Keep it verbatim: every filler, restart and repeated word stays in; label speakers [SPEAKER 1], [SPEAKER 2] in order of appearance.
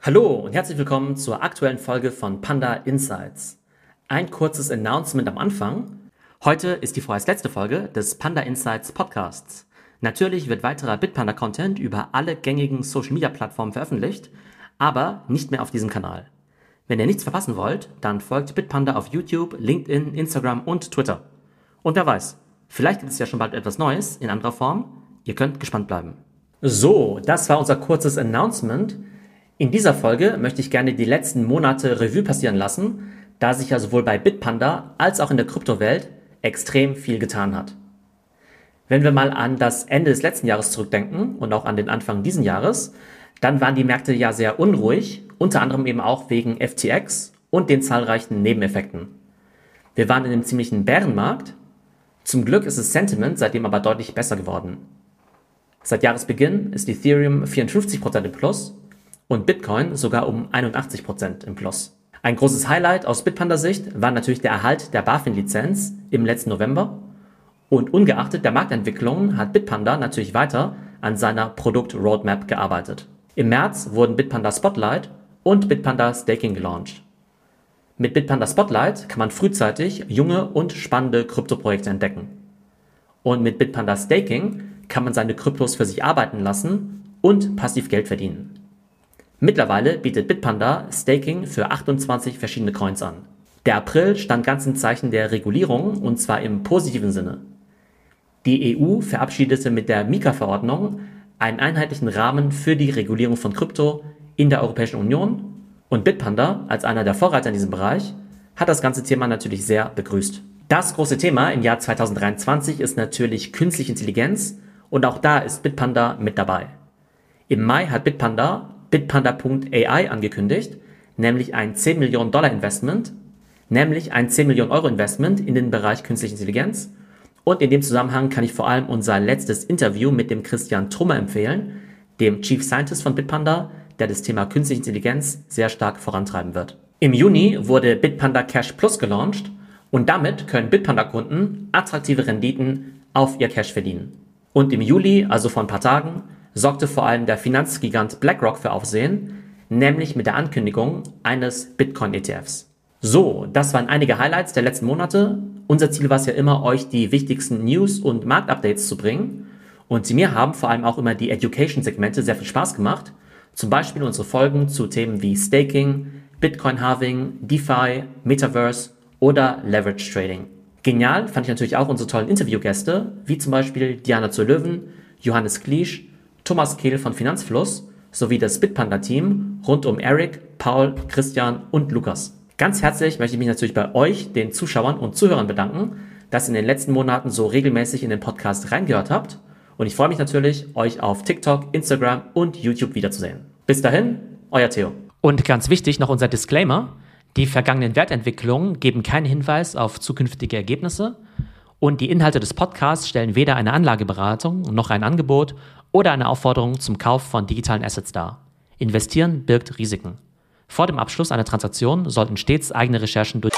[SPEAKER 1] Hallo und herzlich willkommen zur aktuellen Folge von Panda Insights. Ein kurzes Announcement am Anfang. Heute ist die vorerst letzte Folge des Panda Insights Podcasts. Natürlich wird weiterer Bitpanda-Content über alle gängigen Social-Media-Plattformen veröffentlicht, aber nicht mehr auf diesem Kanal. Wenn ihr nichts verpassen wollt, dann folgt Bitpanda auf YouTube, LinkedIn, Instagram und Twitter. Und wer weiß, vielleicht gibt es ja schon bald etwas Neues in anderer Form. Ihr könnt gespannt bleiben. So, das war unser kurzes Announcement. In dieser Folge möchte ich gerne die letzten Monate Revue passieren lassen, da sich ja sowohl bei Bitpanda als auch in der Kryptowelt extrem viel getan hat. Wenn wir mal an das Ende des letzten Jahres zurückdenken und auch an den Anfang diesen Jahres, dann waren die Märkte ja sehr unruhig, unter anderem eben auch wegen F T X und den zahlreichen Nebeneffekten. Wir waren in einem ziemlichen Bärenmarkt. Zum Glück ist das Sentiment seitdem aber deutlich besser geworden. Seit Jahresbeginn ist Ethereum vierundfünfzig Prozent im Plus und Bitcoin sogar um einundachtzig Prozent im Plus. Ein großes Highlight aus Bitpanda-Sicht war natürlich der Erhalt der BaFin-Lizenz im letzten November. Und ungeachtet der Marktentwicklungen hat Bitpanda natürlich weiter an seiner Produkt-Roadmap gearbeitet. Im März wurden Bitpanda Spotlight und Bitpanda Staking gelauncht. Mit Bitpanda Spotlight kann man frühzeitig junge und spannende Kryptoprojekte entdecken. Und mit Bitpanda Staking kann man seine Kryptos für sich arbeiten lassen und passiv Geld verdienen. Mittlerweile bietet Bitpanda Staking für achtundzwanzig verschiedene Coins an. Der April stand ganz im Zeichen der Regulierung und zwar im positiven Sinne. Die E U verabschiedete mit der MiCA-Verordnung einen einheitlichen Rahmen für die Regulierung von Krypto in der Europäischen Union und Bitpanda, als einer der Vorreiter in diesem Bereich, hat das ganze Thema natürlich sehr begrüßt. Das große Thema im Jahr zweitausenddreiundzwanzig ist natürlich künstliche Intelligenz und auch da ist Bitpanda mit dabei. Im Mai hat Bitpanda Bitpanda Punkt A I angekündigt, nämlich ein zehn Millionen Dollar Investment, nämlich ein zehn Millionen Euro Investment in den Bereich künstliche Intelligenz. Und in dem Zusammenhang kann ich vor allem unser letztes Interview mit dem Christian Trummer empfehlen, dem Chief Scientist von Bitpanda, der das Thema künstliche Intelligenz sehr stark vorantreiben wird. Im Juni wurde Bitpanda Cash Plus gelauncht und damit können Bitpanda-Kunden attraktive Renditen auf ihr Cash verdienen. Und im Juli, also vor ein paar Tagen, sorgte vor allem der Finanzgigant BlackRock für Aufsehen, nämlich mit der Ankündigung eines Bitcoin-E T Fs. So, das waren einige Highlights der letzten Monate. Unser Ziel war es ja immer, euch die wichtigsten News- und Marktupdates zu bringen. Und mir haben vor allem auch immer die Education-Segmente sehr viel Spaß gemacht. Zum Beispiel unsere Folgen zu Themen wie Staking, Bitcoin-Halving, DeFi, Metaverse oder Leverage Trading. Genial fand ich natürlich auch unsere tollen Interviewgäste, wie zum Beispiel Diana zur Löwen, Johannes Kliesch, Thomas Kehl von Finanzfluss sowie das Bitpanda-Team rund um Eric, Paul, Christian und Lukas. Ganz herzlich möchte ich mich natürlich bei euch, den Zuschauern und Zuhörern bedanken, dass ihr in den letzten Monaten so regelmäßig in den Podcast reingehört habt. Und ich freue mich natürlich, euch auf TikTok, Instagram und YouTube wiederzusehen. Bis dahin, euer Theo.
[SPEAKER 2] Und ganz wichtig noch unser Disclaimer: Die vergangenen Wertentwicklungen geben keinen Hinweis auf zukünftige Ergebnisse und die Inhalte des Podcasts stellen weder eine Anlageberatung noch ein Angebot oder eine Aufforderung zum Kauf von digitalen Assets dar. Investieren birgt Risiken. Vor dem Abschluss einer Transaktion sollten stets eigene Recherchen durch